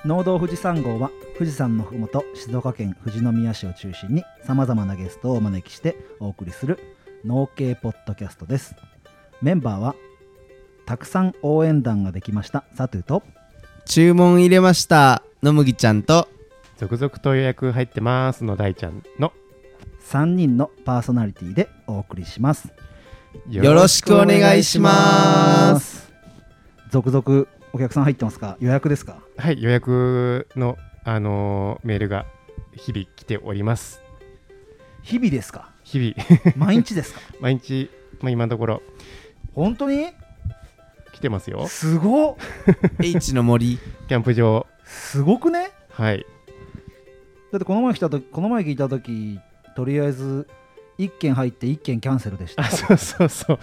農道富士山号は富士山のふもと静岡県富士宮市を中心にさまざまなゲストをお招きしてお送りする農系ポッドキャストです。メンバーはたくさん応援団ができましたサトゥと、 注文入れましたのむぎちゃんと、 続々と予約入ってますの大ちゃんの 3人のパーソナリティでお送りします。 よろしくお願いします。 続々お客さん入ってますか？予約ですか？ はい、予約の、メールが日々来ております。 日々ですか？ 日々 毎日ですか？ 毎日、今のところ本当に来てますよ。 すごっ H の森キャンプ場。 すごくね？ はい。 だってこの前聞いた時とりあえず1件入って1件キャンセルでした。 そう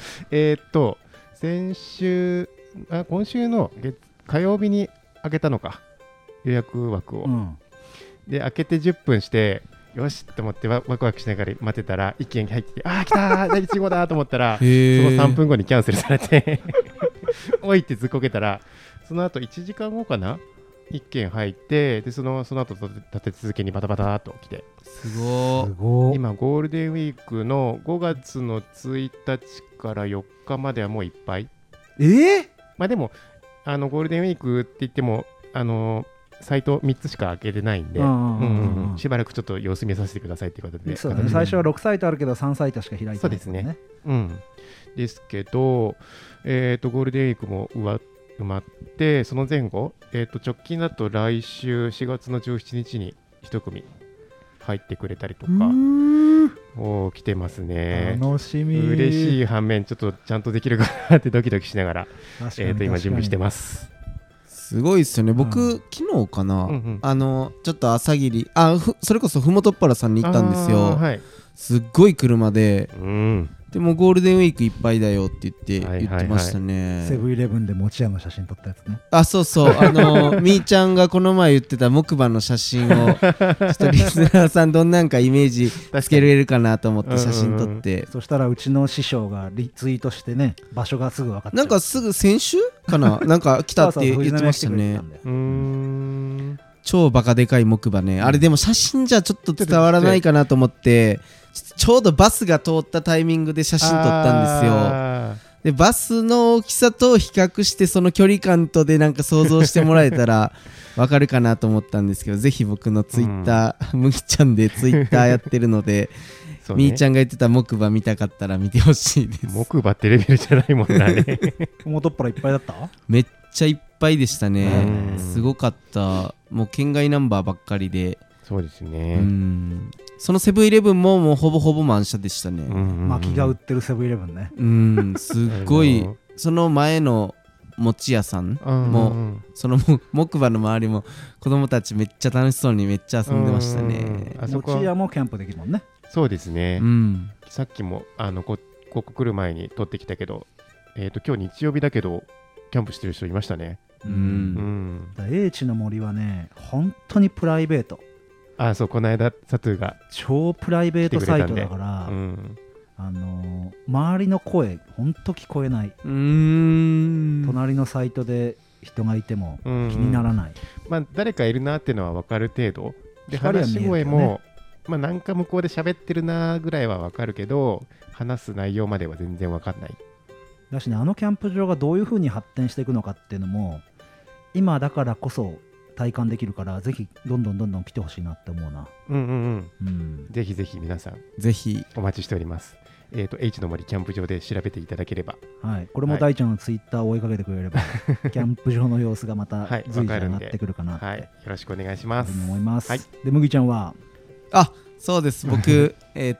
今週の火曜日に開けたのか、予約枠を、で開けて10分してよしと思ってワクワクしながら待ってたら1件入ってて、来た第1号だと思ったらその3分後にキャンセルされておいってずっこけたら、その後1時間後かな、1件入って、でその後立て続けにバタバタっと来て、 すご今ゴールデンウィークの5月の1日から4日まではもういっぱい。でもゴールデンウィークって言ってもサイト3つしか開けてないんで、しばらくちょっと様子見させてくださいということで。 そうだね、最初は6サイトあるけど3サイトしか開いてない、ね、 そうですね、ですけど、ゴールデンウィークも埋まって、その前後、直近だと来週4月の17日に1組入ってくれたりとか来てますね。 楽しみ。 嬉しい反面ちょっとちゃんとできるかなってドキドキしながら、今準備してます。 すごいっすよね。僕、昨日かな、ちょっと朝霧それこそふもとっぱらさんに行ったんですよ、すっごい車で、でもゴールデンウィークいっぱいだよって言ってましたね。 セブンイレブンで餅屋の写真撮ったやつね。 そうそうみーちゃんがこの前言ってた木馬の写真をちょっとリスナーさんどんなんかイメージつけれるかなと思って写真撮って、 そしたらうちの師匠がリツイートしてね、場所がすぐ分かっちゃう。 なんかすぐ先週かななんか来たって言ってましたね。超バカでかい木馬ね。あれでも写真じゃちょっと伝わらないかなと思ってちょうどバスが通ったタイミングで写真撮ったんですよ。でバスの大きさと比較してその距離感とでなんか想像してもらえたらわかるかなと思ったんですけど、ぜひ僕のツイッター、むぎちゃんでツイッターやってるのでみーちゃんが言ってた木馬見たかったら見てほしいです。 木馬ってレベルじゃないもんな元っ腹いっぱいだった？ めっちゃいっぱいでしたね。すごかった。もう県外ナンバーばっかりで。 そうですね。 そのセブンイレブンももうほぼほぼ満車でしたね。 薪が売ってるセブンイレブンね。 すっごいその前の餅屋さんもその木馬の周りも子供たちめっちゃ楽しそうにめっちゃ遊んでましたね。 餅屋もキャンプできるもんね。 そうですね、さっきもここ来る前に撮ってきたけど、今日日曜日だけどキャンプしてる人いましたね。 英知の森はね本当にプライベート。 そう、この間サトゥが超プライベートサイトだから、周りの声本当聞こえない。隣のサイトで人がいても気にならない。 誰かいるなっていうのは分かる程度で、話し声もなんか向こうで喋ってるなぐらいは分かるけど、話す内容までは全然分かんない。 だしね、キャンプ場がどういう風に発展していくのかっていうのも今だからこそ体感できるから、ぜひどんどん来てほしいなって思うな。 ぜひぜひ皆さんぜひお待ちしております。H の森キャンプ場で調べていただければ、 これも大ちゃんのツイッターを追いかけてくれれば、キャンプ場の様子がまた随時上がってくるかなって、よろしくお願いします。 思います。で、麦ちゃんはそうです、僕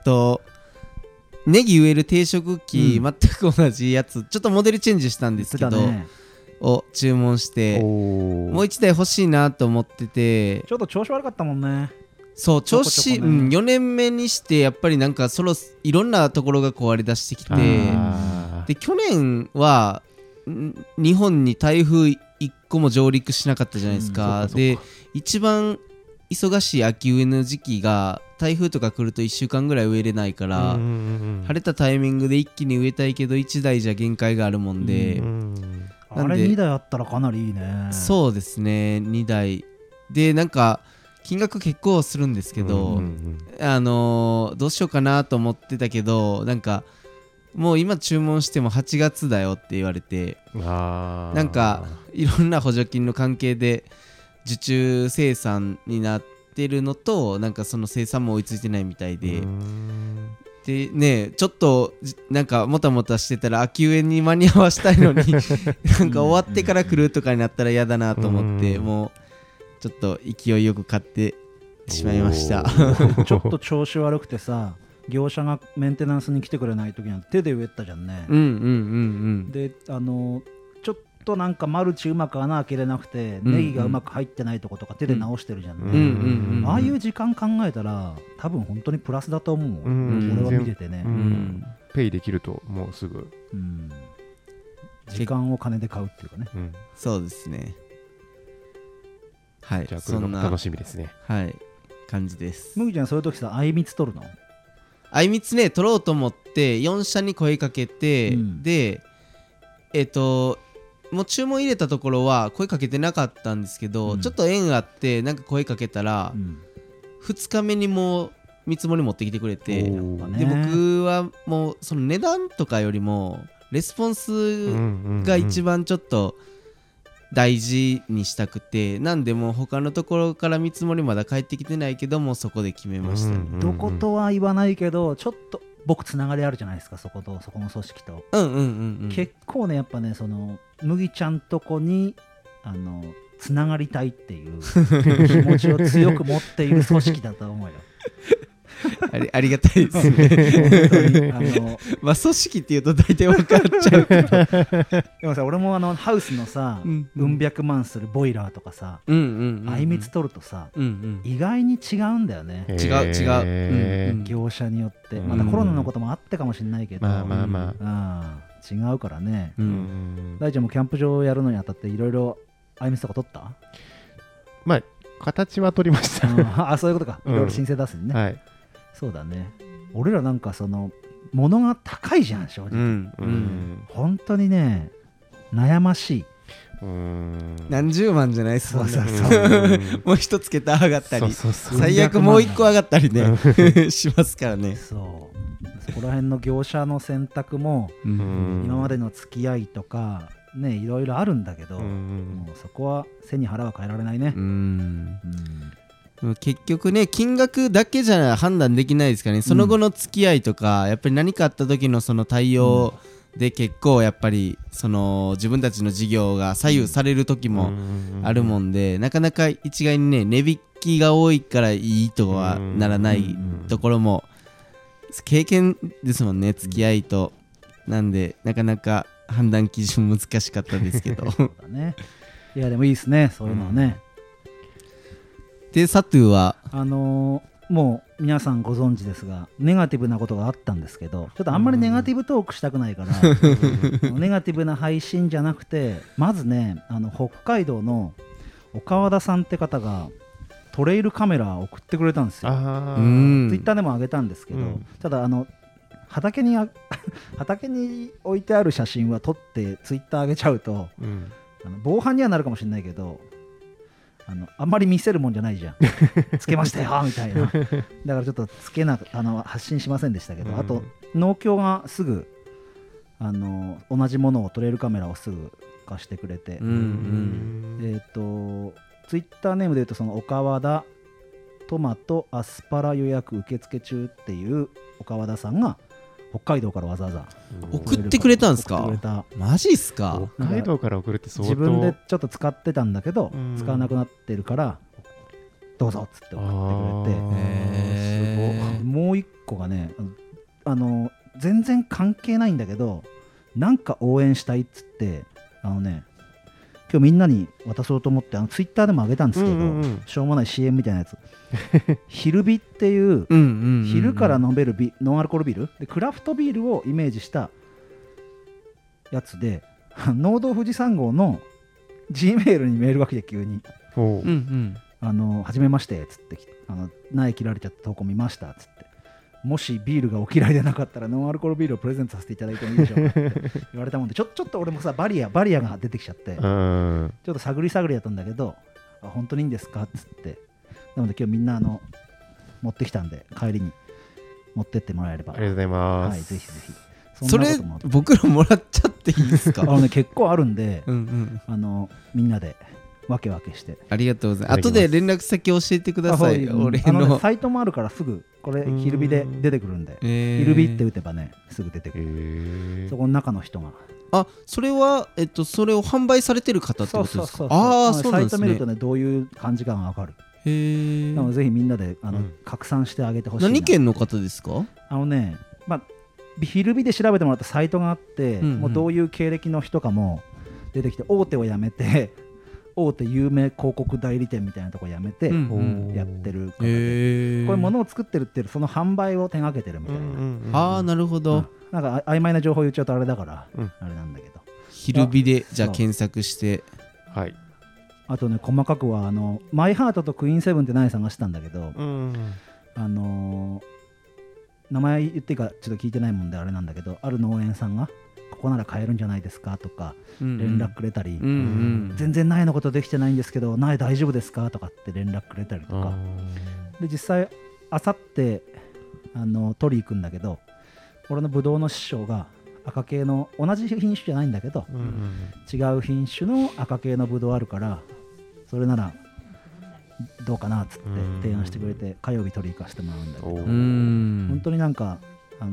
ネギ植える定食機、全く同じやつ、ちょっとモデルチェンジしたんですけど、を注文してもう1台欲しいなと思ってて、 ちょっと調子悪かったもんね。 そう調子4年目にしてやっぱりなんかいろんなところが壊れ出してきて、で去年は日本に台風1個も上陸しなかったじゃないですか。で一番忙しい秋植えの時期が台風とか来ると1週間ぐらい植えれないから、晴れたタイミングで一気に植えたいけど1台じゃ限界があるもんで、 あれ2台あったらかなりいいね。 そうですね、2台でなんか金額結構するんですけど、どうしようかなと思ってたけど、なんかもう今注文しても8月だよって言われて、なんかいろんな補助金の関係で受注生産になってるのと、なんかその生産も追いついてないみたいで、でね、ちょっとなんかもたもたしてたら秋植えに間に合わしたいのになんか終わってから来るとかになったら嫌だなと思って、もうちょっと勢いよく買ってしまいましたちょっと調子悪くてさ、業者がメンテナンスに来てくれない時なんて手で植えたじゃんね。でちょっとなんかマルチうまく穴開けれなくて、ネギがうまく入ってないとことか手で直してるじゃんね。ああいう時間考えたら多分本当にプラスだと思う、俺は見ててね。 ペイできるともうすぐ、 時間を金で買うっていうかね。 そうですね。はい、 じゃあ来るのも楽しみですね。 はい、感じです。 麦ちゃんそういう時さ、あいみつ取るの？ あいみつね、取ろうと思って4社に声かけて、でもう注文入れたところは声かけてなかったんですけど、ちょっと縁あってなんか声かけたら、2日目にもう見積もり持ってきてくれて、で僕はもうその値段とかよりもレスポンスが一番ちょっと大事にしたくて、なんでもう他のところから見積もりまだ返ってきてないけども、そこで決めましたね。 どことは言わないけど、ちょっと僕つながりあるじゃないですか、そこの組織と。結構ね、やっぱね、その麦ちゃんとこにつながりたいっていう気持ちを強く持っている組織だと思うよ。 ありがたいですね。まあ組織っていうと大体分かっちゃうけどでもさ、俺もハウスのさ、うん百万するボイラーとかさ、あいみつ取るとさ、意外に違うんだよね。 違う、 業者によって。またコロナのこともあってかもしれないけど、違うからね。大ちゃんもキャンプ場やるのにあたっていろいろあいみつとか取った？ まあ形は取りましたあ、そういうことか。いろいろ申請出すにね。そうだね。俺らなんかその物が高いじゃん、正直。本当にね、悩ましい。 何十万じゃないっすもんね。もう一つ桁上がったり、最悪もう一個上がったりねしますからね。 そこら辺の業者の選択も今までの付き合いとかね、いろいろあるんだけど、もうそこは背に腹は変えられないね。 結局ね、金額だけじゃ判断できないですからね。その後の付き合いとか、やっぱり何かあった時のその対応で結構やっぱりその自分たちの事業が左右される時もあるもんで、なかなか一概にね、値引きが多いからいいとはならないところも経験ですもんね、付き合いと。なんでなかなか判断基準難しかったですけどいやでもいいですね、そういうのはね。 でサトゥーはもう皆さんご存知ですが、ネガティブなことがあったんですけど、ちょっとあんまりネガティブトークしたくないからネガティブな配信じゃなくて、まずね、北海道の岡和田さんって方がトレイルカメラを送ってくれたんですよ。ツイッターでも上げたんですけど、ただ畑に置いてある写真は撮ってツイッター上げちゃうと、防犯にはなるかもしれないけど、あんまり見せるもんじゃないじゃんつけましたよみたいな。だからちょっとつけな発信しませんでしたけど、あと農協がすぐ同じものをトレイルカメラをすぐ貸してくれて、ツイッターネームでいうと、その岡和田トマトアスパラ予約受付中っていう岡和田さんが北海道からわざわざ送ってくれたんですか？マジっすか？ 北海道から送るって相当。 自分でちょっと使ってたんだけど、使わなくなってるからどうぞっつって送ってくれて、もう一個がね、全然関係ないんだけど、なんか応援したいっつって、今日みんなに渡そうと思ってツイッターでも上げたんですけど、しょうもない CM みたいなやつ昼ビっていう昼から飲めるノンアルコールビールで、クラフトビールをイメージしたやつで、農道富士山号の G メールにメールが来て、急にはじめましてっつって、苗切られちゃった投稿見ましたっつって、もしビールがお嫌いでなかったらノンアルコールビールをプレゼントさせていただいてもいいでしょうかって言われたもんで、ちょっと俺もさバリアが出てきちゃって、ちょっと探りだったんだけど、 あ本当にいいんですかっつって、なので今日みんな持ってきたんで帰りに持ってってもらえれば。 ありがとうございます。 はい、ぜひぜひ。 それ僕らもらっちゃっていいですか？ 結構あるんで、 うんうん、 みんなで分け分けして。 ありがとうございます。後で連絡先教えてください。俺のサイトもあるからすぐこれヒルビで出てくるんで、ヒルビって打てばねすぐ出てくる。そこの中の人が。 あ、それはそれを販売されてる方ってことですか？ああ、そうなんですね。 サイト見るとねどういう感じかが分かる。へえ。なのでぜひみんなで拡散してあげてほしい。 何県の方ですか？ ヒルビで調べてもらったサイトがあって、もうどういう経歴の人かも出てきて、大手を辞めて大手有名広告代理店みたいなところ辞めてやってる方で、こういうものを作ってるっていうその販売を手掛けてるみたいな。 ああ、なるほど。 なんか曖昧な情報言っちゃうとあれだから、あれなんだけど、 ヒルビでじゃあ検索して、 はい。 あとね細かくはマイハートとクイーンセブンって何探したんだけど、名前言っていいかちょっと聞いてないもんであれなんだけど、ある農園さんがここなら買えるんじゃないですかとか連絡くれたり、全然苗のことできてないんですけど苗大丈夫ですかとかって連絡くれたりとかで、実際あさって取り行くんだけど、俺のブドウの師匠が赤系の同じ品種じゃないんだけど、違う品種の赤系のブドウあるからそれならどうかなっつって提案してくれて火曜日取り行かせてもらうんだけど、本当になんか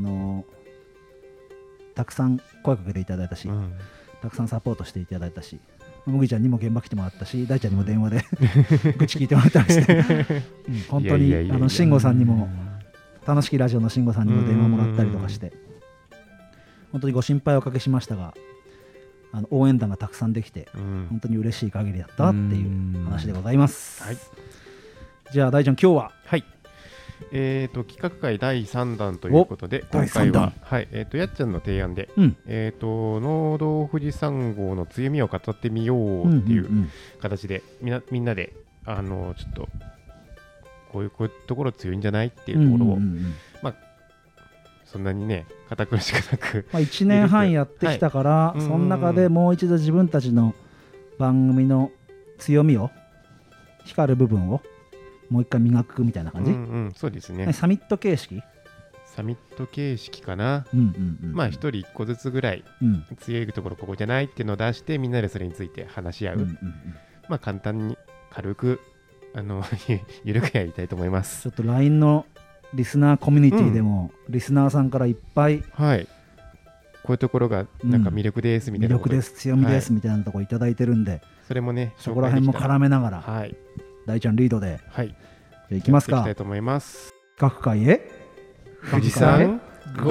たくさん声かけていただいたし、たくさんサポートしていただいたし、麦ちゃんにも現場来てもらったし、大ちゃんにも電話で愚痴聞いてもらったりして、本当に慎吾さんにも楽しきラジオの慎吾さんにも電話もらったりとかして、本当にご心配をおかけしましたが、応援団がたくさんできて本当に嬉しい限りだったっていう話でございます。はい、じゃあ大ちゃん今日は、 はい、企画会第3弾ということで、今回は、はい、やっちゃんの提案で、農道富士山号の強みを語ってみようっていう形で、みんなでちょっとこういうところ強いんじゃないっていうところを、まあそんなにね堅苦しくなく 1年半やってきたから、その中でもう一度自分たちの番組の強みを光る部分をもう一回磨くみたいな感じ。 そうですね。 サミット形式かな。まあ一人一個ずつぐらい強いところここじゃないっていうのを出してみんなでそれについて話し合う。まあ簡単に軽くゆるくやりたいと思います。 ちょっと LINE のリスナーコミュニティでも、リスナーさんからいっぱい、 はい、こういうところがなんか魅力ですみたいな、 魅力です強みですみたいなところいただいてるんで、 それもねそこら辺も絡めながら、大ちゃんリードで、じゃあいきますか。 いきたいと思います。 企画会へ富士山ゴ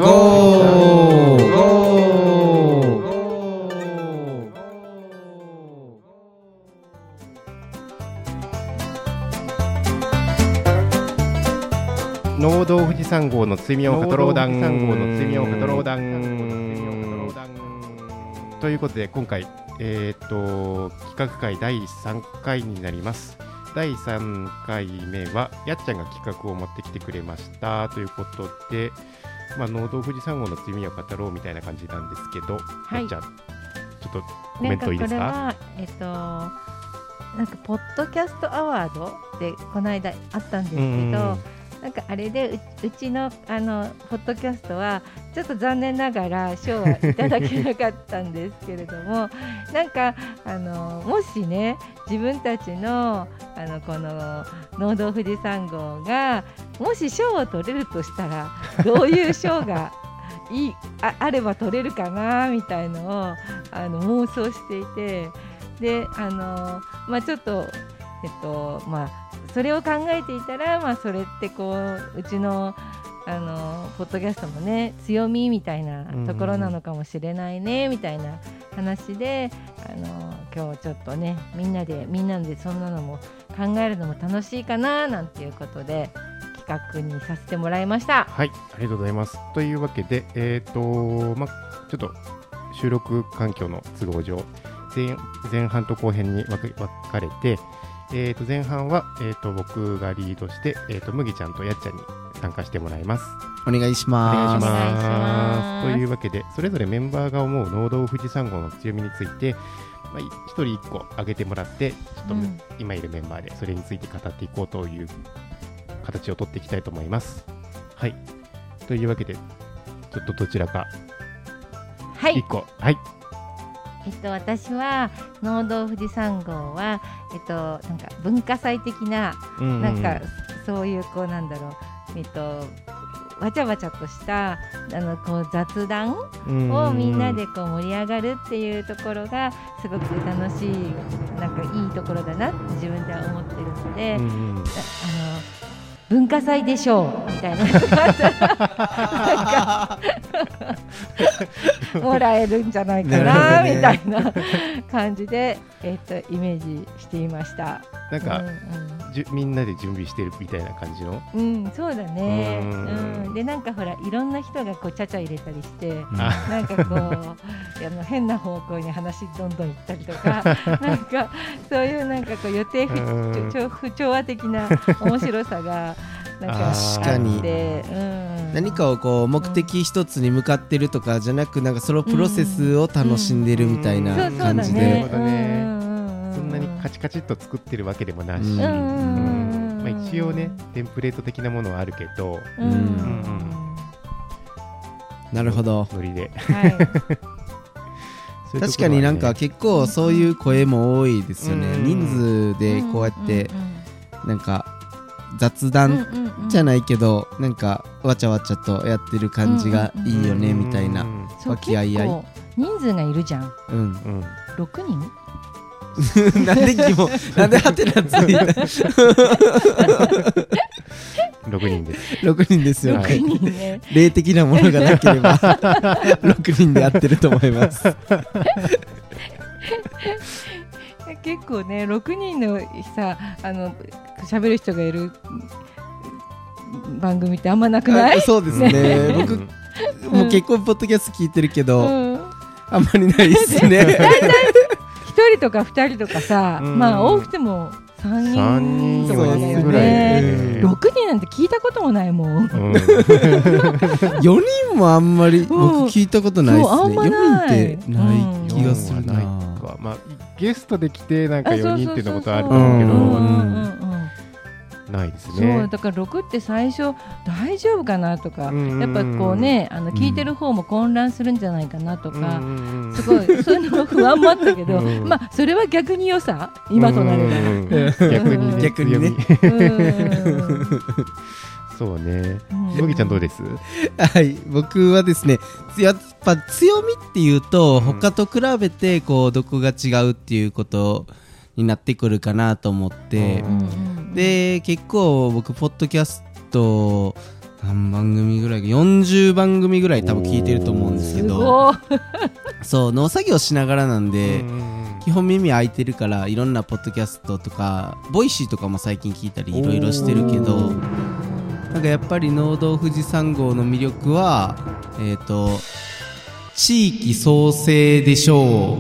ー。農道富士山号の強みを語ろう団ということで、今回、企画会第3回になります。第3回目はやっちゃんが企画を持ってきてくれましたということで、農道富士山号の強みを語ろうみたいな感じなんですけど、やっちゃんちょっとコメントいいですか？ なんかポッドキャストアワードでこの間あったんですけど、なんかあれで うちのポッドキャストはちょっと残念ながら賞はいただけなかったんですけれども、なんかもしね自分たちのこの農道富士山号がもし賞を取れるとしたらどういう賞があれば取れるかなみたいのを妄想していて、でちょっとそれを考えていたら、それってこううちのポッドキャストもね強みみたいなところなのかもしれないねみたいな話で、今日ちょっとねみんなでそんなのも考えるのも楽しいかななんていうことで企画にさせてもらいました。 はい、ありがとうございます。というわけで、ちょっと収録環境の都合上前半と後編に分かれて、前半は、僕がリードして、麦ちゃんとやっちゃんに参加してもらいます。 お願いしお願いします。 お願いしま。 ますすというわけで、それぞれメンバーが思う農道富士山号の強みについて、一人一個挙げてもらって、ちょっとうん今いるメンバーでそれについて語っていこうという形を取っていきたいと思います。はい。というわけで、ちょっとどちらかはい一個、はい。 私は農道富士山号はなんか文化祭的ななんかそういうこうなんだろうわちゃわちゃとしたこう雑談をみんなでこう盛り上がるっていうところがすごく楽しいなんかいいところだなって自分では思ってるので、文化祭でしょうみたいなのがあったらもらえるんじゃないかなみたいな感じで、イメージしていました。 なんか、みんなで準備してるみたいな感じの、 そうだね。でなんかほらいろんな人がこうちゃちゃ入れたりして、なんかこう変な方向に話どんどん行ったりとかなんかそういうなんかこう予定不調和的な面白さがなんかあって、 何かをこう目的一つに向かってるとかじゃなく、なんかそのプロセスを楽しんでるみたいな感じで、 そんなにカチカチっと作ってるわけでもないし、一応ねテンプレート的なものはあるけど、 なるほど。 ノリで、 確かになんか結構そういう声も多いですよね。人数でこうやってなんか雑談じゃないけど、なんかわちゃわちゃとやってる感じがいいよねみたいな、和気あいあい。 人数がいるじゃん。6人なんで疑問、なんでハテナついた 6人です。 6人ですよ。 6人ね。 霊的なものがなければ6人でやってると思います。 結構ね6人のさ喋る人がいる番組ってあんまなくない？ そうですね。僕もう結構ポッドキャスト聞いてるけど、あんまりないですね。 だいたい1人とか2人とかさ、まあ多くても3人とかだよね。6人なんて聞いたこともないもん。 4人もあんまり僕聞いたことないですね。4人ってない気がするな。 まあゲストで来てなんか4人っていうのことあると思うけど、ないですね。 そうだから6って最初大丈夫かなとか、やっぱこうね聞いてる方も混乱するんじゃないかなとか、すごいそういうの不安もあったけど、まあそれは逆に良さ、今となれば逆にね。そうね。麦ちゃんどうです？ はい、僕はですね、やっぱ強みっていうと他と比べてこうどこが違うっていうことになってくるかなと思って、で結構僕ポッドキャスト何番組ぐらいか40番組ぐらい多分聞いてると思うんですけど、そう農作業しながらなんで基本耳開いてるからいろんなポッドキャストとかボイシーとかも最近聞いたりいろいろしてるけど、なんかやっぱり農道富士山号の魅力は地域創生でしょう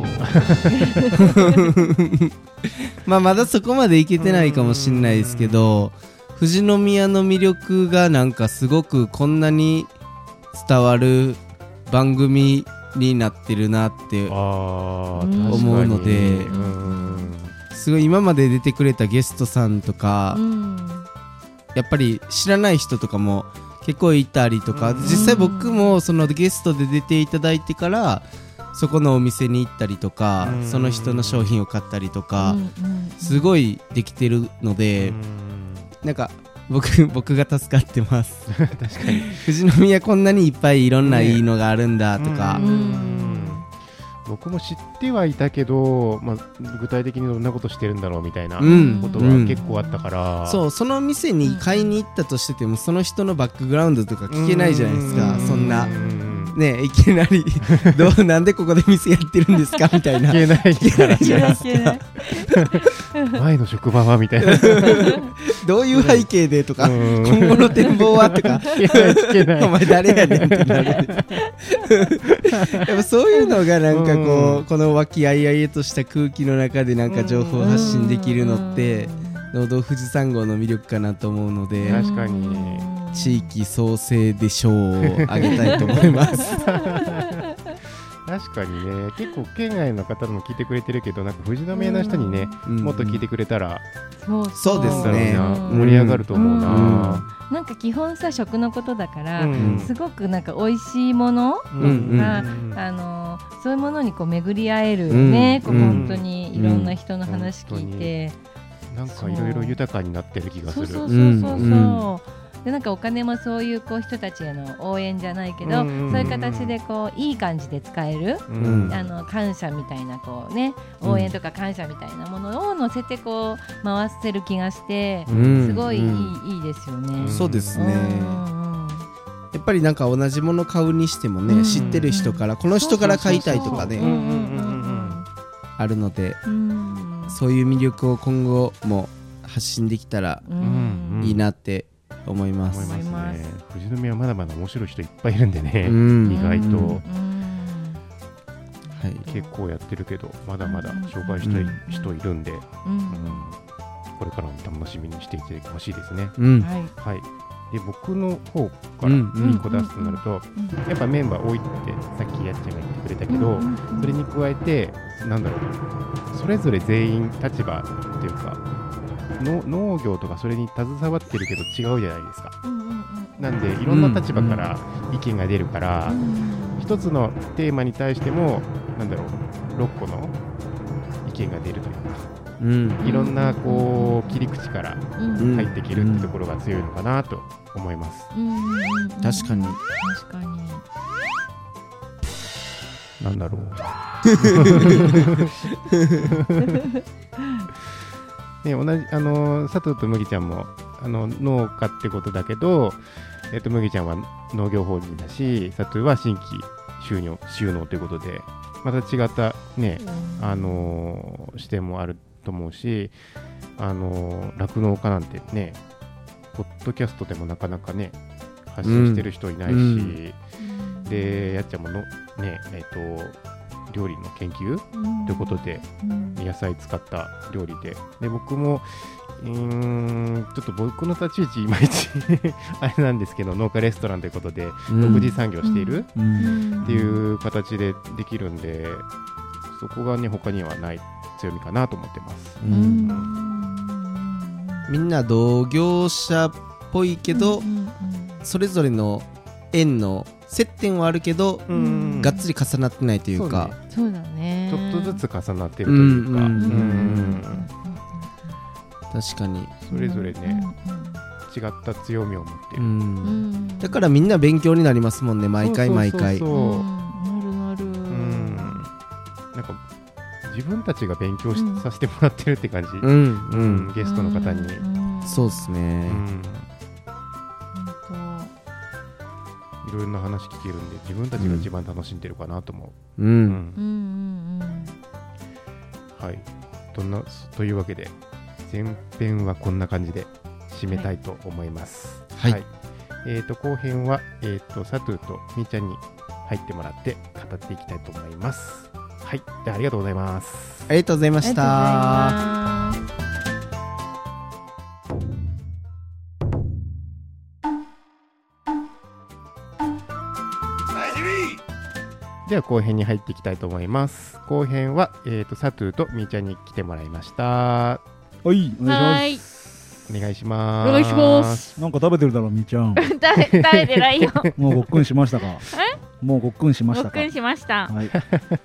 まあまだそこまでいけてないかもしれないですけど、富士宮の魅力がなんかすごくこんなに伝わる番組になってるなって思うので、すごい今まで出てくれたゲストさんとか、やっぱり知らない人とかも結構いたりとか、実際僕もそのゲストで出ていただいてからそこのお店に行ったりとか、その人の商品を買ったりとか、すごいできてるので、なんか僕が助かってます確かに富士宮こんなにいっぱいいろんないいのがあるんだとか、 僕も知ってはいたけど、まあ、具体的にどんなことしてるんだろうみたいなうんことは結構あったから、 そうその店に買いに行ったとしててもその人のバックグラウンドとか聞けないじゃないですか。そんなねいきなりなんでここで店やってるんですかみたいな聞けないからじゃないですか。 前の職場はみたいなどういう背景でとか今後の展望はとか聞けないお前誰やねんってなるやっぱそういうのがなんかこの和気あいあいとした空気の中でなんか情報発信できるのって農道富士山号の魅力かなと思うので、 確かに地域創生で賞をあげたいと思います確かにね、結構県外の方も聞いてくれてるけど、なんか富士宮の人にね、もっと聞いてくれたら、 そうですね、 盛り上がると思うな。 なんか基本さ食のことだから、すごくなんか美味しいものが、そういうものにこう巡り合えるね、こう本当にいろんな人の話聞いて、 なんかいろいろ豊かになってる気がする。 そうでなんかお金もそういうこう人たちへの応援じゃないけど、そういう形でこういい感じで使える、感謝みたいなこうね、応援とか感謝みたいなものを乗せてこう回せる気がして、すごいいいですよね。 そうですね。やっぱりなんか同じもの買うにしてもね、知ってる人からこの人から買いたいとかねあるので、そういう魅力を今後も発信できたらいいなって思います。 富士宮はまだまだ面白い人いっぱいいるんでね、意外と結構やってるけど、まだまだ紹介したい人いるんで、これからも楽しみにしていてほしいですね。はい。で僕の方から1個出すとなると、やっぱメンバー多いってさっきやっちゃんが言ってくれたけど、それに加えてなんだろう、それぞれ全員立場っていうか農業とかそれに携わってるけど違うじゃないですか。なんでいろんな立場から意見が出るから、一つのテーマに対してもなんだろう、6個の意見が出るというか、いろんなこう切り口から入ってきるってところが強いのかなと思います。 確かになんだろうね、同じ佐藤と麦ちゃんも農家ってことだけど、麦ちゃんは農業法人だし、佐藤は新規収納ということで、また違ったね、視点もあると思うし、酪農家なんてね、ポッドキャストでもなかなかね発信してる人いないし、でやっちゃんもね、料理の研究ということで、野菜使った料理で、僕もちょっと僕の立ち位置いまいちあれなんですけど、農家レストランということで独自産業しているっていう形でできるんで、そこがね他にはない強みかなと思ってます。 みんな同業者っぽいけど、それぞれの縁の接点はあるけど、がっつり重なってないというか、 そうだね、 ちょっとずつ重なってるというか、 確かにそれぞれね、違った強みを持ってる、 だからみんな勉強になりますもんね、毎回毎回。 なるなる。 なんか自分たちが勉強させてもらってるって感じ、ゲストの方に。 そうですね、 いろいろな話聞けるんで、自分たちが一番楽しんでるかなと思う。はい、というわけで前編はこんな感じで締めたいと思います。 はい。 後編は佐藤とみーちゃんに入ってもらって語っていきたいと思います。はい、ではありがとうございます。 ありがとうございました。 では後編に入っていきたいと思います。後編は、佐藤とみーちゃんに来てもらいました。 はい、お願いします。 お願いします。 お願いします。 なんか食べてるだろみーちゃん。 食べてないよ。 もうごっくんしましたか。もうごっくんしましたか。 ごっくんしました。 はい。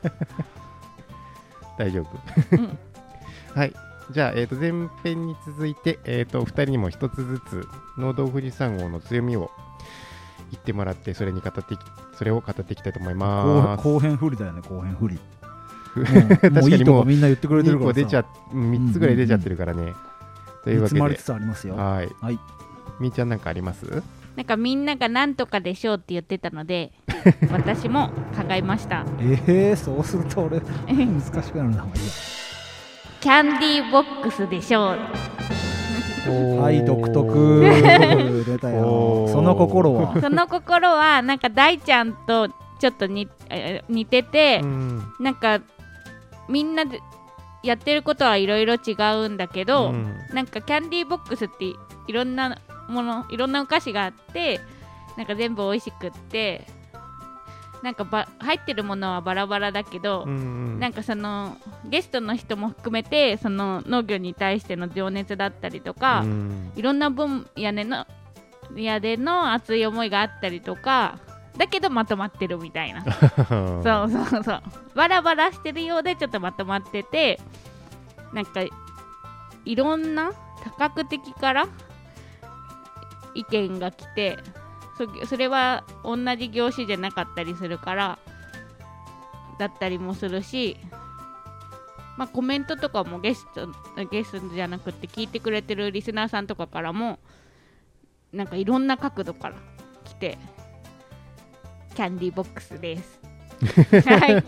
大丈夫。はい。じゃあ、前編に続いて、お二人にも一つずつ農道富士山号の強みを言ってもらって、それを語っていきたいと思います。 後編不利だよね、後編不利。 確かにもうみんな言ってくれてるからさ。 3つぐらい出ちゃってるからね。というわけで、 詰まりつつありますよ。 はい。みーちゃんなんかあります？ なんかみんながなんとかでしょうって言ってたので、私も考えました。 そうすると俺難しくなるな。 キャンディーボックスでしょう。 はい、独特。出たよ。その心はなんか大ちゃんとちょっと似てて、なんかみんなでやってることはいろいろ違うんだけど、なんかキャンディーボックスっていろんなものいろんなお菓子があってなんか全部美味しくってなんか入ってるものはバラバラだけど、なんかそのゲストの人も含めてその農業に対しての情熱だったりとか、いろんな分野での熱い思いがあったりとかだけどまとまってるみたいなそうバラバラしてるようでちょっとまとまっててなんかいろんな多角的から意見が来てそれは同じ業種じゃなかったりするからだったりもするし、まあ、コメントとかもゲストじゃなくて聞いてくれてるリスナーさんとかからもなんかいろんな角度から来てキャンディーボックスですはい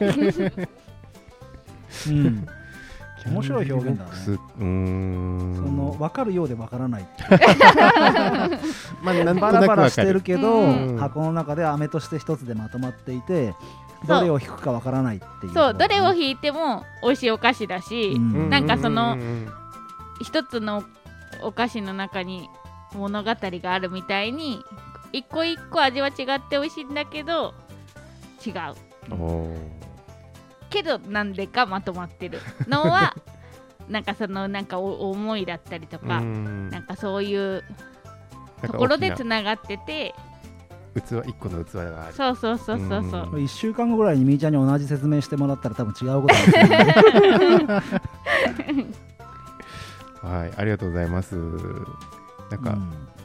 面白い表現だね。その分かるようで分からないバラバラしてるけど、箱の中で飴として一つでまとまっていてどれを引くか分からないっていう、 そうどれを引いても美味しいお菓子だし、なんかその一つのお菓子の中に物語があるみたいに一個一個味は違って美味しいんだけど違うけどなんでかまとまってるのはなんかそのなんか思いだったりとかなんかそういうところでつながってて一個の器がある。 そう1 週間後ぐらいにみーちゃんに同じ説明してもらったら多分違うことになるはい、ありがとうございます。なんか、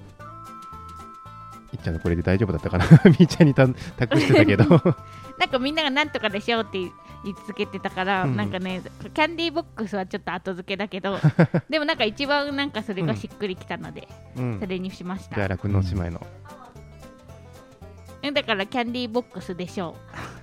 いっちゃんのこれで大丈夫だったかなみーちゃんに託してたけどなんかみんながなんとかでしょうって言い続けてたから、なんかねキャンディーボックスはちょっと後付けだけどでもなんか一番なんかそれがしっくりきたので、それにしました。 じゃあ酪農姉妹のだからキャンディーボックスでしょ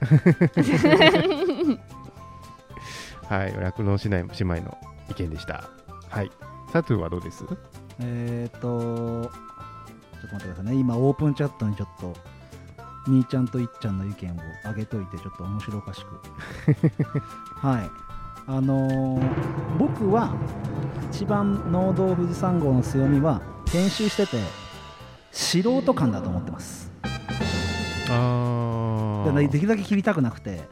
うはい、酪農姉妹の意見でした。はい、サトゥはどうです？ ちょっと待ってくださいね。今オープンチャットにちょっとみーちゃんといっちゃんの意見を上げといてちょっと面白おかしくはい僕は一番農道富士山号の強みは編集してて素人感だと思ってます。できるだけ切りたくなくて、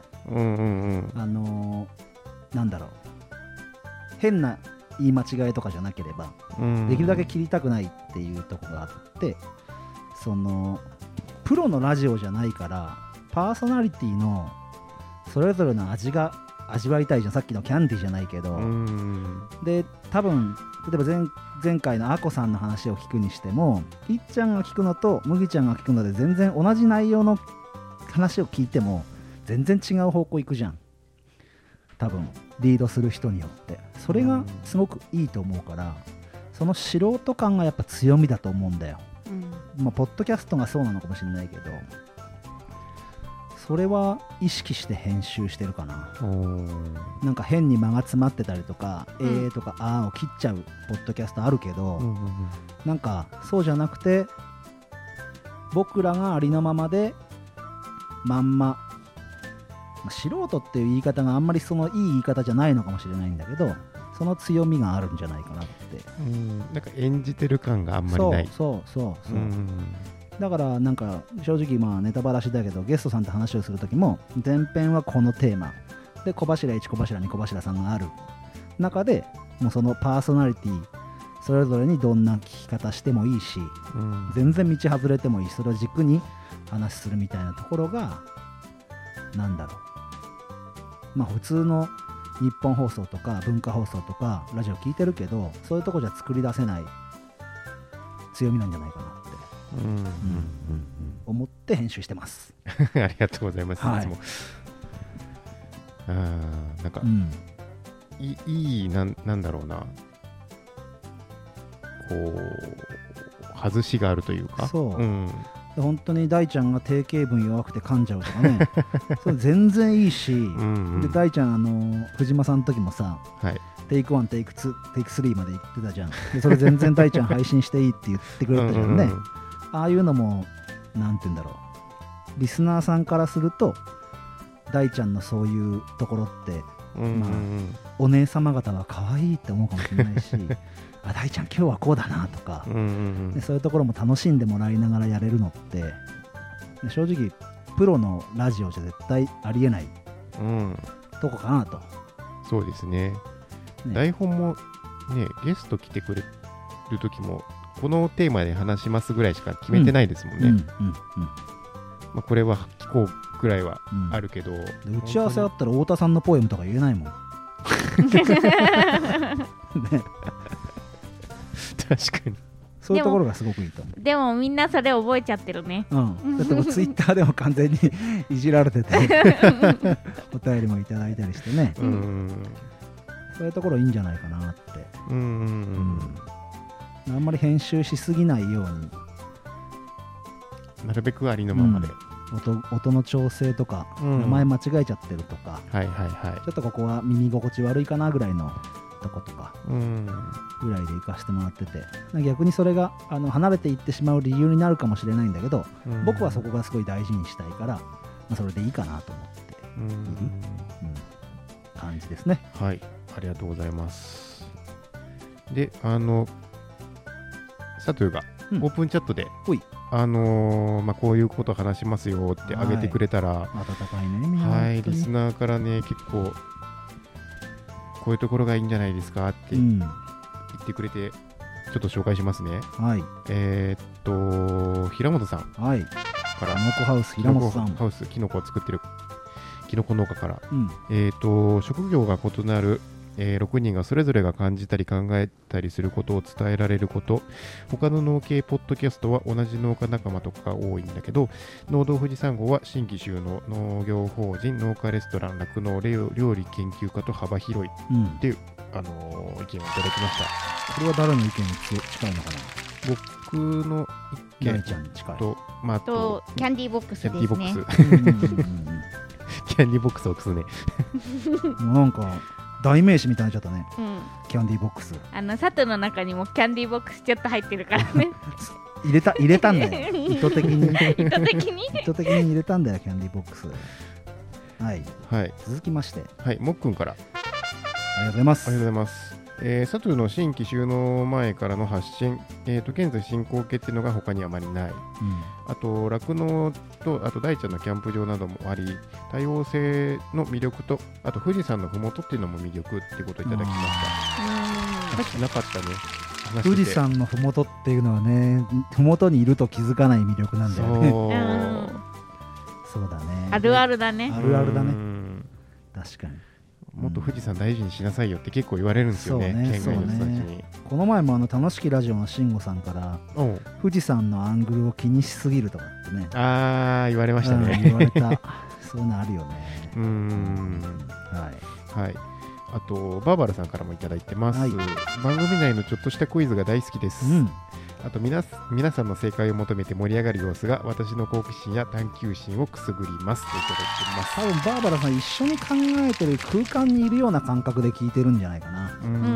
なんだろう変な言い間違いとかじゃなければ、できるだけ切りたくないっていうところがあって、そのプロのラジオじゃないからパーソナリティのそれぞれの味が味わいたいじゃん。さっきのキャンディーじゃないけど、で多分例えば前回のアコさんの話を聞くにしてもいっちゃんが聞くのと麦ちゃんが聞くので全然同じ内容の話を聞いても全然違う方向行くじゃん。多分リードする人によってそれがすごくいいと思うから、その素人感がやっぱ強みだと思うんだよ。まあポッドキャストがそうなのかもしれないけど、それは意識して編集してるかな。なんか変に間が詰まってたりとか、とかを切っちゃうポッドキャストあるけど、なんかそうじゃなくて僕らがありのままでまんま、素人っていう言い方があんまりそのいい言い方じゃないのかもしれないんだけど、その強みがあるんじゃないかなって。 なんか演じてる感があんまりない。 そうだからなんか正直まあネタバラシだけどゲストさんと話をするときも前編はこのテーマで小柱1小柱2小柱3がある中でもうそのパーソナリティそれぞれにどんな聞き方してもいいし、全然道外れてもいいし、それを軸に話するみたいなところがなんだろう、まあ普通の日本放送とか文化放送とかラジオ聞いてるけどそういうとこじゃ作り出せない強みなんじゃないかなって思って編集してますありがとうございます。いつもなんか、いいなんだろうな、こう外しがあるというか、 そう、本当に大ちゃんが定型文弱くて噛んじゃうとかねそれ全然いいし、で大ちゃん藤間さんの時もさ、テイク1テイク2テイク3まで言ってたじゃん。でそれ全然大ちゃん配信していいって言ってくれたじゃんね。ああいうのもなんて言うんだろう、リスナーさんからすると大ちゃんのそういうところってまあ、お姉様方は可愛いって思うかもしれないしあ、大ちゃん今日はこうだなとか、でそういうところも楽しんでもらいながらやれるのってで正直プロのラジオじゃ絶対ありえない、とこかなと。 そうですね。台本もね、ゲスト来てくれる時もこのテーマで話しますぐらいしか決めてないですもんね。まあ、これは聞こうぐらいはあるけど、 打ち合わせあったら太田さんのポエムとか言えないもんね、 確かにそういうところがすごくいいと思う。 でもみんなそれ覚えちゃってるね。 だってもうツイッターでも完全にいじられててお便りもいただいたりしてね、そういうところいいんじゃないかなって。あんまり編集しすぎないようになるべくありのままで、 音の調整とか、名前間違えちゃってるとか、ちょっとここは耳心地悪いかなぐらいのとことかぐらいで行かしてもらってて、逆にそれが離れていってしまう理由になるかもしれないんだけど、僕はそこがすごい大事にしたいから、それでいいかなと思っている、感じですね。 はい、ありがとうございます。で、サトゥがオープンチャットで、まあ、こういうこと話しますよってあげてくれたら、 温かいね、みんな。 はい、リスナーからね、結構こういうところがいいんじゃないですかって言ってくれて、ちょっと紹介しますね。 はい。 平本さんから、 キノコハウス平本さん、 キノコを作ってるキノコ農家から、職業が異なる6人がそれぞれが感じたり考えたりすることを伝えられること。他の農系ポッドキャストは同じ農家仲間とかが多いんだけど、農道富士山号は新規収納農業法人農家レストラン酪農料理研究家と幅広いっていう、意見をいただきました。 これは誰の意見に近いのかな。 僕の意見と、 あとキャンディーボックスですね。 キャンディーボックスを押すね。 なんか代名詞みたいになっちゃったね、キャンディーボックス。 サトの中にもキャンディーボックスちょっと入ってるからね入れたんだよ意図的に意図的に入れたんだよ、キャンディーボックス。はい、続きまして、 もっくんからありがとうございます。 ありがとうございます。サトゥの新規収納前からの発信、現在進行形っていうのが他にあまりない、あと酪農と、あと大ちゃんのキャンプ場などもあり、多様性の魅力と、あと富士山のふもとっていうのも魅力っていうことをいただきました。なかったね、 富士山のふもとっていうのはね、ふもとにいると気づかない魅力なんだよね。そうだね、 あるあるだね。 あるあるだね、確かに。 もっと富士山大事にしなさいよって結構言われるんですよね、県外の人たちに。 この前も楽しきラジオの慎吾さんから富士山のアングルを気にしすぎるとかってね、 言われましたね。 言われたそういうのあるよね。 はい。あとバーバラさんからもいただいてます。番組内のちょっとしたクイズが大好きです。あと皆さんの正解を求めて盛り上がる様子が私の好奇心や探求心をくすぐりますといただいてます。 多分バーバラさん一緒に考えてる空間にいるような感覚で聞いてるんじゃないかな。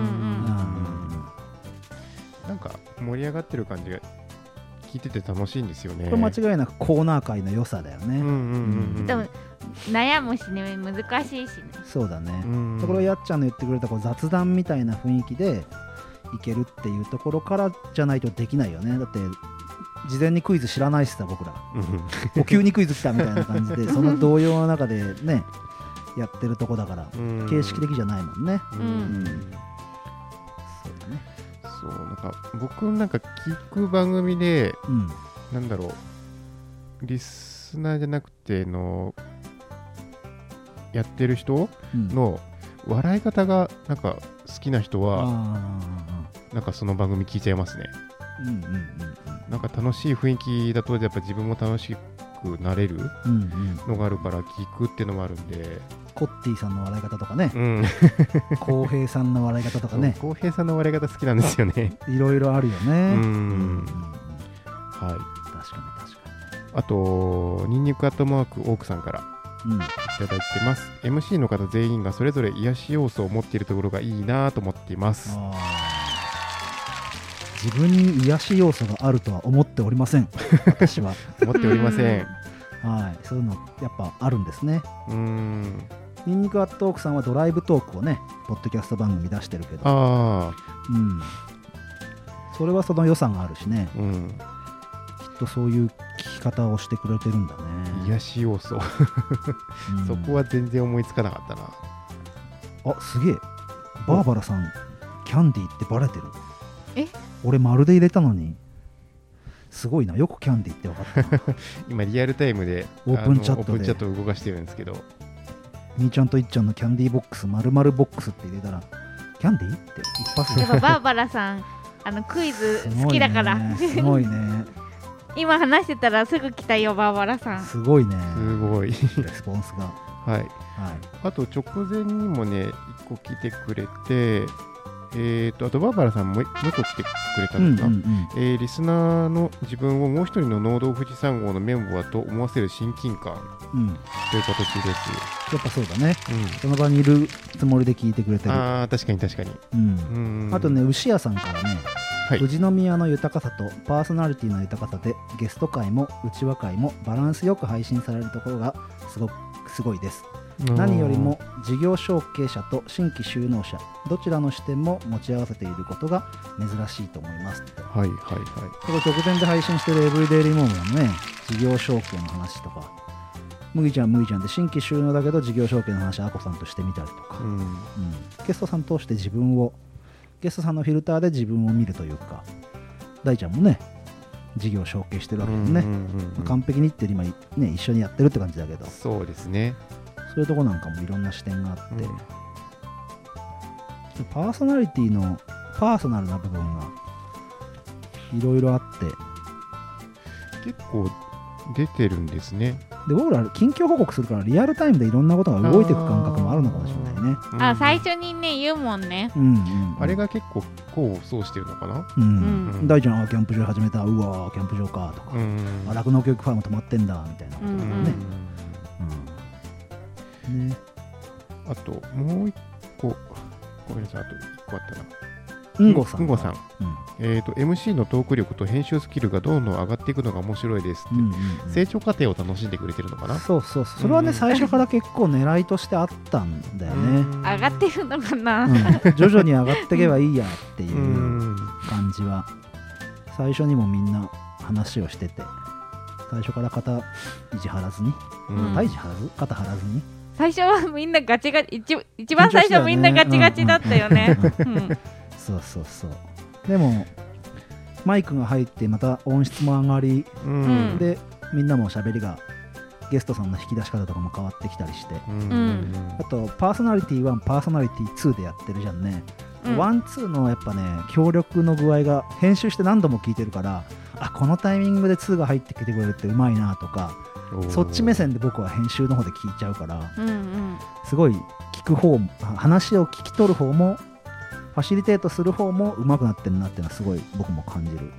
なんか盛り上がってる感じが聞いてて楽しいんですよね。 これ間違いなくコーナー界の良さだよね。 でも悩むしね、難しいしね。 そうだね。これはやっちゃんの言ってくれた雑談みたいな雰囲気でいけるっていうところからじゃないとできないよね。だって事前にクイズ知らないしさ、僕らもう急にクイズ来たみたいな感じでその動揺の中でねやってるとこだから形式的じゃないもんね。そうだね。 そう、なんか僕なんか聞く番組で、なんだろう、リスナーじゃなくてやってる人の笑い方がなんか好きな人はなんかその番組聞いちゃいますね。なんか楽しい雰囲気だとやっぱ自分も楽しくなれるのがあるから聞くっていうのもあるんで、 コッティさんの笑い方とかね、浩平さんの笑い方とかね。 浩平さんの笑い方好きなんですよね。 いろいろあるよね。 はい、 確かに。 あとニンニクアットマークオークさんからいただいてます。MC の方全員がそれぞれ癒し要素を持っているところがいいなと思っています。 自分に癒し要素があるとは思っておりません。私は思っておりません。 はい、そういうのやっぱあるんですね。 ニンニクアットオークさんはドライブトークをねポッドキャスト番組出してるけど、それはその良さがあるしね、きっとそういう聞き方をしてくれてるんだね。 癒し要素そこは全然思いつかなかったな。 あ、すげえ、バーバラさんキャンディーってバレてる。 え、 俺丸で入れたのに。すごいな、よくキャンディーって分かった今リアルタイムでオープンチャットでオープンチャットを動かしてるんですけど、 みーちゃんといっちゃんのキャンディーボックス〇〇ボックスって入れたらキャンディーって一発でやっぱバーバラさんクイズ好きだからすごいね今話してたらすぐ来たよバーバラさん。 すごいね、 すごいレスポンスがはい、あと直前にもね1個来てくれて、あとバーバラさんもう一個来てくれたのかな、リスナーの自分をもう一人の農道富士山号のメンバーと思わせる親近感、という形です。 やっぱそうだね、その場にいるつもりで聞いてくれてる。 ああ、確かに確かに、 あとね、牛屋さんからね、富士宮の豊かさとパーソナリティの豊かさでゲスト会も内輪会もバランスよく配信されるところがすごいです。何よりも事業承継者と新規就農者どちらの視点も持ち合わせていることが珍しいと思います。 はいはいはい。 これ直前で配信しているエブリデイリーモームのね、事業承継の話とか、麦ちゃんで新規就農だけど事業承継の話、あこさんとしてみたりとか、ゲストさん通してゲストさんのフィルターで自分を見るというか、大ちゃんもね事業承継してるわけですね。完璧にって今ね一緒にやってるって感じだけど、 そうですね。 そういうとこなんかもいろんな視点があって、パーソナリティのパーソナルな部分がいろいろあって結構出てるんですね。 で僕ら近況報告するからリアルタイムでいろんなことが動いていく感覚もあるのかもしれないね。 最初にね言うもんね。 あれが結構功を奏してるのかな。 大ちゃんキャンプ場始めた、うわキャンプ場かとか、酪農教育ファーム止まってんだみたいなこととかね。 あともう一個、ごめんなさい、あと一個あったな。 うんごさん、 MC のトーク力と編集スキルがどんどん上がっていくのが面白いですって、成長過程を楽しんでくれてるのかな。 そうそれはね、最初から結構狙いとしてあったんだよね。 上がってるのかな、 徐々に上がっていけばいいやっていう感じは最初にもみんな話をしてて、最初から肩意地張らずに、肩張らずに、 最初はみんなガチガチ、一番最初みんなガチガチだったよね。 そうでもマイクが入ってまた音質も上がり、でみんなも喋りがゲストさんの引き出し方とかも変わってきたりして、あとパーソナリティ1パーソナリティ2でやってるじゃんね。1、2のやっぱね協力の具合が編集して何度も聞いてるから、あ、このタイミングで2が入ってきてくれるってうまいなとか、そっち目線で僕は編集の方で聞いちゃうから、すごい聞く方も話を聞き取る方もファシリテートする方も上手くなってるなっていうのはすごい僕も感じる。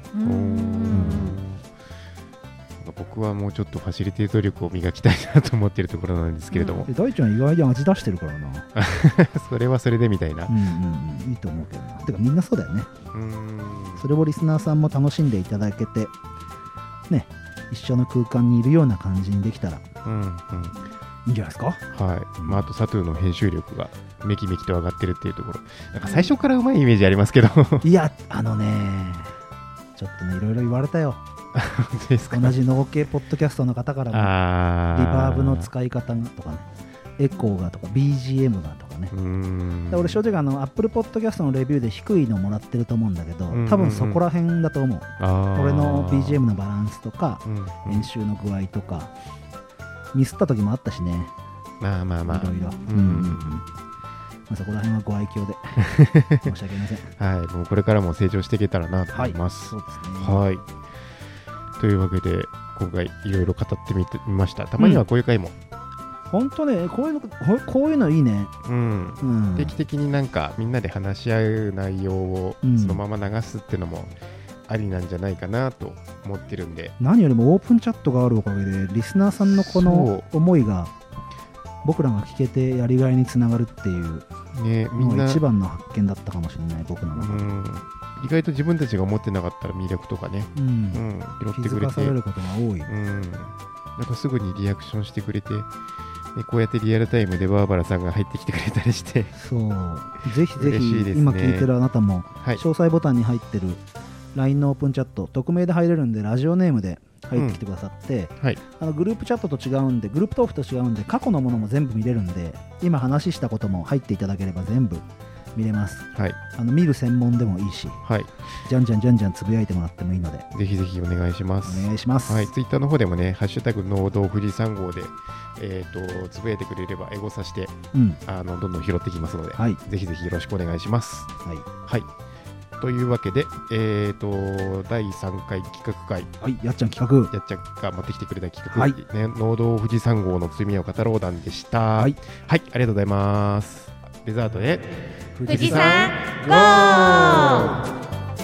僕はもうちょっとファシリテート力を磨きたいなと思っているところなんですけれども、 大ちゃん意外に味出してるからな。 それはそれでみたいな。 いいと思うけどな。てかみんなそうだよね。それをリスナーさんも楽しんでいただけてね、一緒の空間にいるような感じにできたらいいんじゃないですか。 はい。あとサトゥーの編集力がめきめきと上がってるっていうところ、なんか最初からうまいイメージありますけどいや、ちょっとねいろいろ言われたよ。同じ農系ポッドキャストの方からもリバーブの使い方がとかね、エコーがとか BGM がとかね。俺正直Apple Podcast のレビューで低いのもらってると思うんだけど、多分そこら辺だと思う。俺の BGM のバランスとか編集の具合とかミスった時もあったしね。いろいろそこら辺はご愛嬌で申し訳ありません。 もうこれからも成長していけたらなと思います。 そうですね。 はい。というわけで今回いろいろ語ってみました。たまにはこういう回も、 本当ね、こういうのいいね。 定期的になんかみんなで話し合う内容をそのまま流すっていうのもありなんじゃないかなと思ってるんで、 何よりもオープンチャットがあるおかげでリスナーさんのこの思いが僕らが聞けてやりがいにつながるっていうのが一番の発見だったかもしれない、僕の中で。 意外と自分たちが思ってなかったら魅力とかね、拾ってくれて、 気づかされることが多い。 なんかすぐにリアクションしてくれて、 でこうやってリアルタイムでバーバラさんが入ってきてくれたりしてそうぜひぜひ、 嬉しいですね。 今聞いてるあなたも、 はい、 詳細ボタンに入ってる LINE のオープンチャット匿名で入れるんでラジオネームで入ってきてくださって、 はい、 グループチャットと違うんでグループトークと違うんで過去のものも全部見れるんで今話したことも入っていただければ全部見れます、 はい、 見る専門でもいいし、 はい、 じゃんじゃんつぶやいてもらってもいいのでぜひぜひお願いします。 お願いします。 はい、ツイッターの方でもねハッシュタグ農道富士山号でつぶやいてくれればエゴさして、どんどん拾ってきますので、はい、ぜひぜひよろしくお願いします。 はい、 はい、というわけで、第3回企画会、 はい、やっちゃん企画、 やっちゃんが持ってきてくれた企画、はいね、農道富士山号の罪を語ろう団でした。はい、はい、ありがとうございます。デザートへ富士山ゴー。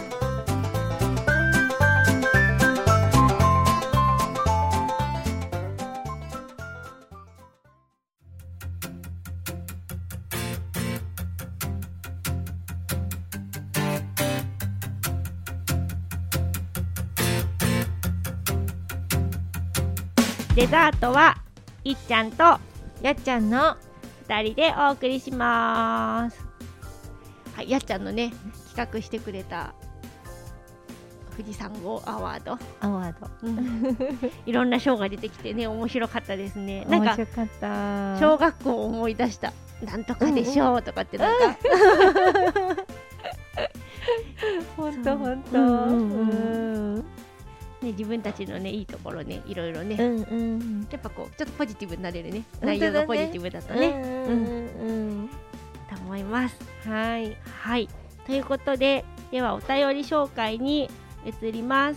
デザートはいっちゃんとやっちゃんの 2人でお送りします。はい、やっちゃんのね企画してくれた富士山号アワード、いろんな賞が出てきてね面白かったですね。なんか面白かった小学校を思い出した。なんとかでしょうとかってなんかほんとね、自分たちのねいいところねいろいろね、やっぱこうちょっとポジティブになれるね、内容がポジティブだとね、と思います。はい、はい、ということでではお便り紹介に移ります。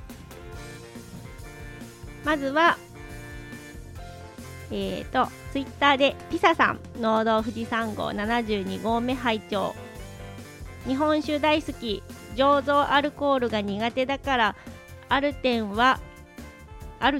まずはツイッターでピサさん、農道富士山号72号目拝聴。日本酒大好き、醸造アルコールが苦手だからアルテンは熱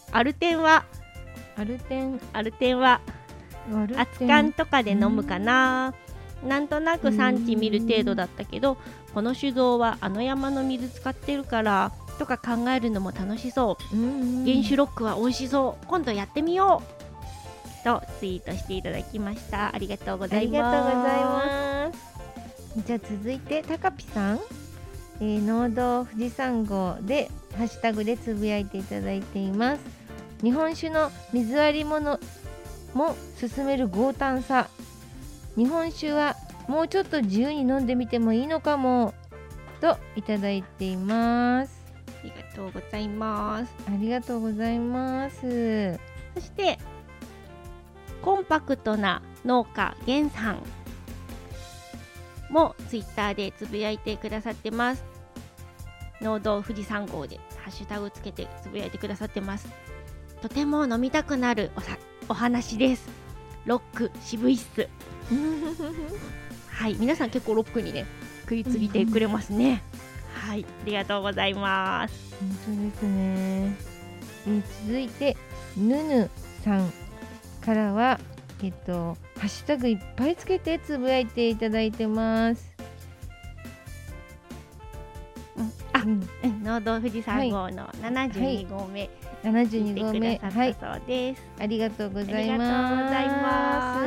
燗とかで飲むかな。なんとなく産地見る程度だったけど、この酒造はあの山の水使ってるからとか考えるのも楽しそう。原酒ロックは美味しそう、今度やってみようとツイートしていただきました。ありがとうございます。 じゃあ続いてたかぴさん、農道富士山号でハッシュタグでつぶやいていただいています。日本酒の水割り物も進める豪胆さ、日本酒はもうちょっと自由に飲んでみてもいいのかもといただいています。 ありがとうございます。 ありがとうございます。 そしてコンパクトな農家源さんもツイッターでつぶやいてくださってます。農道富士山号でハッシュタグつけてつぶやいてくださってます。とても飲みたくなるお話です。ロック渋いっすはい、皆さん結構ロックにね食いついてくれますね。はい、ありがとうございます。 本当ですね。続いてぬぬさんからはハッシュタグいっぱいつけてつぶやいていただいてます。 農道富士山号の72号目、 72号目、 はい、そうです。 ありがとうございます。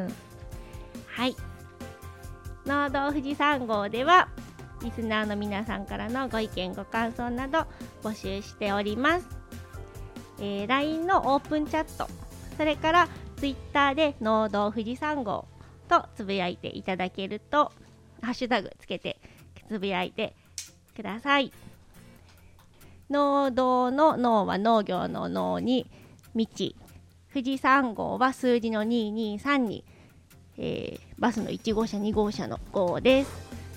はい、農道富士山号ではリスナーの皆さんからのご意見ご感想など募集しております。LINE のオープンチャット、それからツイッターで農道富士山号とつぶやいていただけると、ハッシュタグつけてつぶやいてください。農道の農は農業の農に道、富士山号は数字の223に、バスの1号車2号車の号です。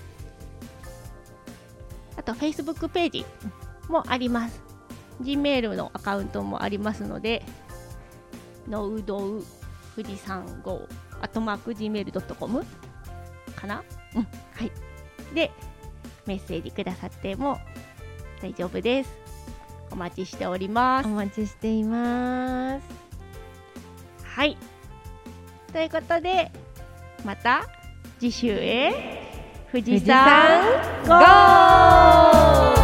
あと Facebook ページもあります。 Gmail のアカウントもありますので、農道富士山号@gmail.com かな、はい、でメッセージくださっても大丈夫です。お待ちしております。 お待ちしています。 はい、ということでまた次週へ富士山ゴー。